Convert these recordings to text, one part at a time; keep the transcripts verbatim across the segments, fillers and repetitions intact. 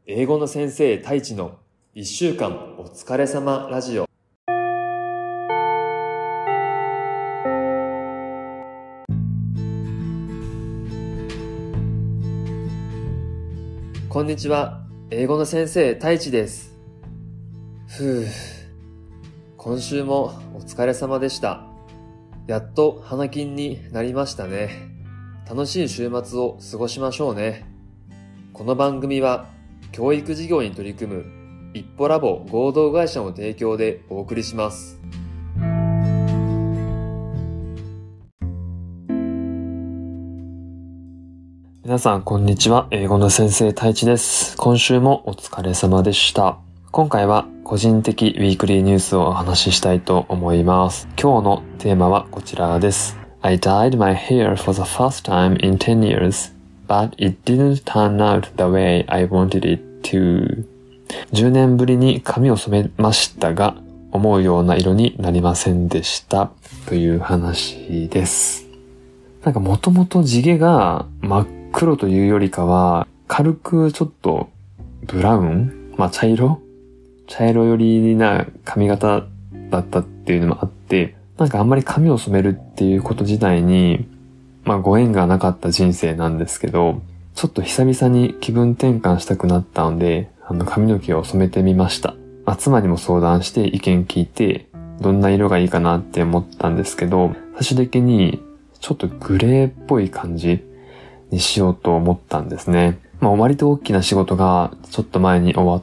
英語の先生太一のいっしゅうかんお疲れ様ラジオ。こんにちは、英語の先生太一です。ふう、今週もお疲れ様でした。やっと花金になりましたね。楽しい週末を過ごしましょうね。この番組は教育事業に取り組む一歩ラボ合同会社の提供でお送りします。皆さんこんにちは、英語の先生太一です。今週もお疲れ様でした。今回は個人的ウィークリーニュースをお話ししたいと思います。今日のテーマはこちらです。I dyed my hair for the first time in ten years, but it didn't turn out the way I wanted it to. じゅうねんぶりに髪を染めましたが、思うような色になりませんでした。という話です。なんかもともと地毛が真っ黒というよりかは、軽くちょっとブラウン、まあ茶色茶色寄りな髪型だったっていうのもあって、なんかあんまり髪を染めるっていうこと自体に、まあご縁がなかった人生なんですけど、ちょっと久々に気分転換したくなったので、あの髪の毛を染めてみました。まあ、妻にも相談して意見聞いて、どんな色がいいかなって思ったんですけど、最終的にちょっとグレーっぽい感じにしようと思ったんですね。まあ割と大きな仕事がちょっと前に終わって、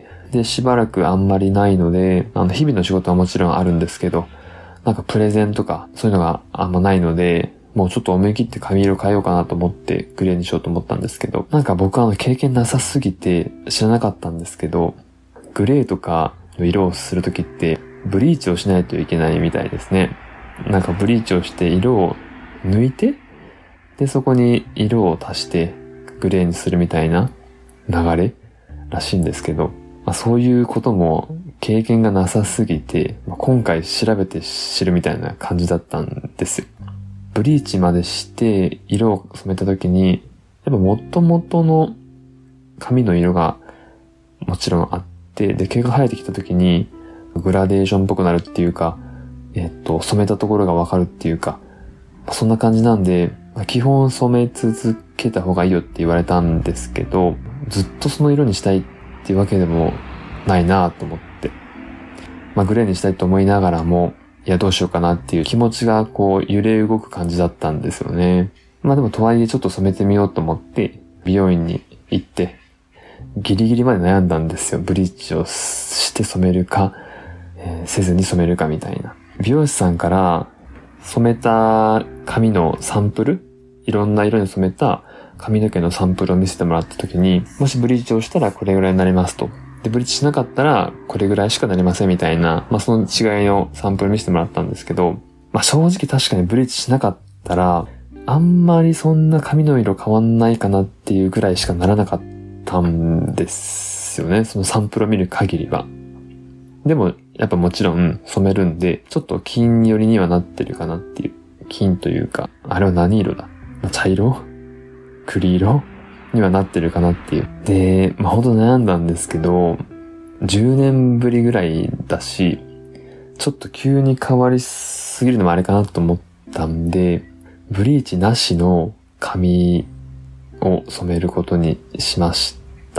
で、しばらくあんまりないので、あの、日々の仕事はもちろんあるんですけど、なんかプレゼンとか、そういうのがあんまないので、もうちょっと思い切って髪色変えようかなと思ってグレーにしようと思ったんですけど、なんか僕はあの経験なさすぎて知らなかったんですけど、グレーとかの色をするときって、ブリーチをしないといけないみたいですね。なんかブリーチをして色を抜いて、で、そこに色を足してグレーにするみたいな流れらしいんですけど、まあ、そういうことも経験がなさすぎて、まあ、今回調べて知るみたいな感じだったんですよ。ブリーチまでして色を染めた時に、やっぱ元々の髪の色がもちろんあって、で、毛が生えてきた時にグラデーションっぽくなるっていうか、えっと、染めたところがわかるっていうか、そんな感じなんで、基本染め続けた方がいいよって言われたんですけど、ずっとその色にしたいっていうわけでもないなと思って。まあグレーにしたいと思いながらも、いやどうしようかなっていう気持ちがこう揺れ動く感じだったんですよね。まあでもとはいえちょっと染めてみようと思って美容院に行ってギリギリまで悩んだんですよ。ブリーチをして染めるか、えー、せずに染めるかみたいな。美容師さんから染めた髪のサンプル、いろんな色に染めた髪の毛のサンプルを見せてもらった時に、もしブリーチをしたらこれぐらいになりますと。で、ブリーチしなかったらこれぐらいしかなりませんみたいな、まあその違いのサンプル見せてもらったんですけど、まあ正直確かにブリーチしなかったら、あんまりそんな髪の色変わんないかなっていうぐらいしかならなかったんですよね。そのサンプルを見る限りは。でも、やっぱもちろん染めるんで、ちょっと金寄りにはなってるかなっていう。金というか、あれは何色だ？茶色？栗色にはなってるかなっていう。で、まあ、ほんと悩んだんですけど、じゅうねんぶりぐらいだし、ちょっと急に変わりすぎるのもあれかなと思ったんで、ブリーチなしの髪を染めることにしました。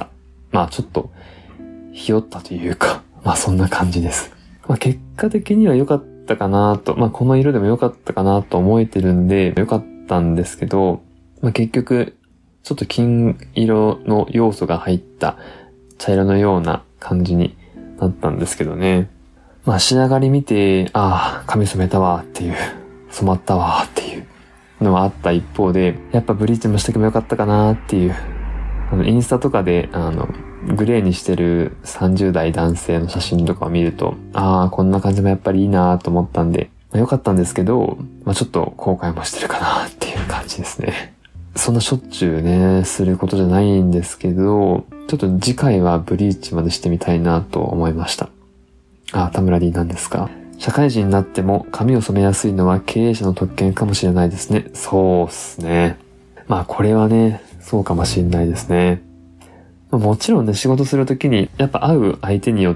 まあちょっと、ひよったというか、まあそんな感じです。まあ結果的には良かったかなと、まあこの色でも良かったかなと思えてるんで、良かったんですけど、まあ結局、ちょっと金色の要素が入った茶色のような感じになったんですけどね。まあ仕上がり見て、ああ、髪染めたわっていう、染まったわっていうのはあった一方で、やっぱブリーチもしとけばよかったかなっていう、あのインスタとかで、あの、グレーにしてるさんじゅう代男性の写真とかを見ると、ああ、こんな感じもやっぱりいいなと思ったんで、まあ、よかったんですけど、まあちょっと後悔もしてるかなっていう感じですね。そんなしょっちゅうね、することじゃないんですけど、ちょっと次回はブリーチまでしてみたいなと思いました。あ、田村 D なんですか。社会人になっても髪を染めやすいのは経営者の特権かもしれないですね。そうっすね。まあこれはね、そうかもしれないですね。 まあ、もちろんね、仕事するときに、やっぱ会う相手によって、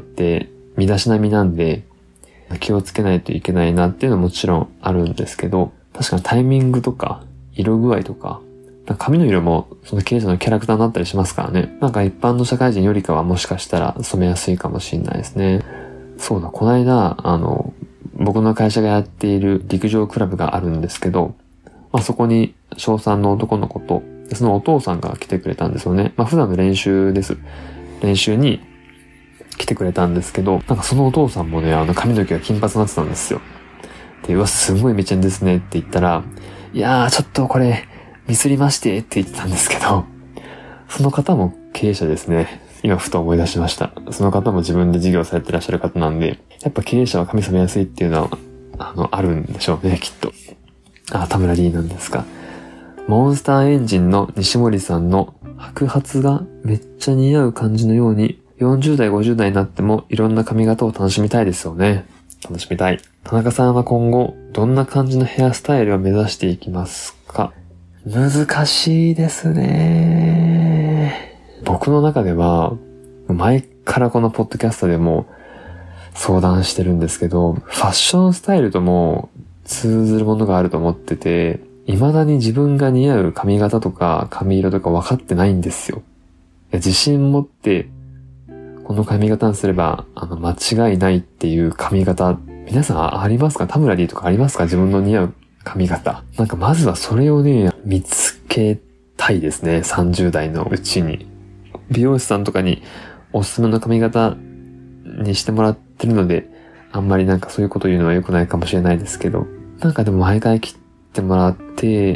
身だしなみなんで、気をつけないといけないなっていうのはもちろんあるんですけど、確かにタイミングとか、色具合とか、髪の色もその経営者のキャラクターになったりしますからね。なんか一般の社会人よりかはもしかしたら染めやすいかもしれないですね。そうだ、この間、あの、僕の会社がやっている陸上クラブがあるんですけど、まあそこに小さんの男の子と、そのお父さんが来てくれたんですよね。まあ普段の練習です。練習に来てくれたんですけど、なんかそのお父さんもね、あの髪の毛が金髪になってたんですよ。で、うわ、すごいめちゃんですねって言ったら、いやー、ちょっとこれ、ミスりましてって言ってたんですけど、その方も経営者ですね。今ふと思い出しました。その方も自分で事業されてらっしゃる方なんで、やっぱ経営者は髪染めやすいっていうのは、あの、あるんでしょうね、きっと。あ、田村 D なんですか。モンスターエンジンの西森さんの白髪がめっちゃ似合う感じのように、よんじゅう代、ごじゅう代になってもいろんな髪型を楽しみたいですよね。楽しみたい。田中さんは今後、どんな感じのヘアスタイルを目指していきますか？難しいですね。僕の中では、前からこのポッドキャストでも相談してるんですけど、ファッションスタイルとも通ずるものがあると思ってて、未だに自分が似合う髪型とか髪色とか分かってないんですよ。自信持って、この髪型にすれば、あの、間違いないっていう髪型、皆さんありますか？田村 D とかありますか？自分の似合う髪型。なんかまずはそれをね、見つけたいですね。さんじゅう代のうちに。美容師さんとかにおすすめの髪型にしてもらってるので、あんまりなんかそういうこと言うのは良くないかもしれないですけど、なんかでも毎回切ってもらって、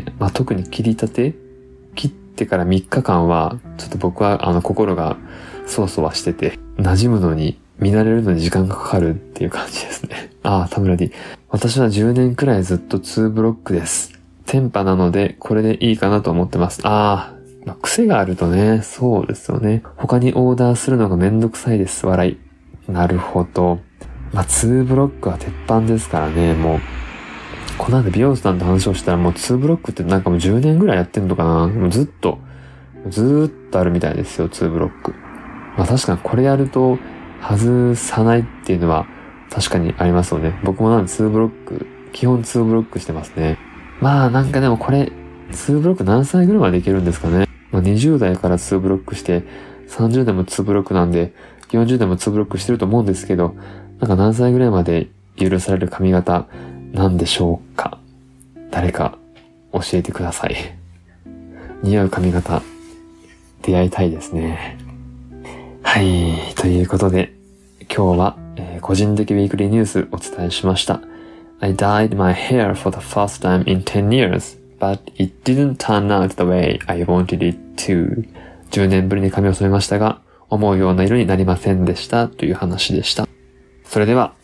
まあ、特に切りたて切ってからみっかかんは、ちょっと僕はあの心がそわそわしてて、馴染むのに、見慣れるのに時間がかかるっていう感じですね。ああ、田村 D。私はじゅうねんくらいずっとツーブロックです。テンパなので、これでいいかなと思ってます。ああ、まあ、癖があるとね、そうですよね。他にオーダーするのがめんどくさいです。笑い。なるほど。まあ、ツーブロックは鉄板ですからね、もう。この後美容師さんと話をしたらもうツーブロックってなんかもうじゅうねんぐらいやってんのかな。もうずっと、ずーっとあるみたいですよ、ツーブロック。まあ確かにこれやると外さないっていうのは確かにありますよね。僕もなんでツーブロック、基本ツーブロックしてますね。まあなんかでもこれ、ツーブロック何歳ぐらいまでいけるんですかね。まあにじゅう代からツーブロックして、さんじゅう代もツーブロックなんで、よんじゅう代もツーブロックしてると思うんですけど、なんか何歳ぐらいまで許される髪型なんでしょうか。誰か教えてください。似合う髪型、出会いたいですね。はい。ということで、今日は、えー、個人的ウィークリーニュースお伝えしました。I dyed my hair for the first time in ten years, but it didn't turn out the way I wanted it to. じゅうねんぶりに髪を染めましたが、思うような色になりませんでしたという話でした。それでは、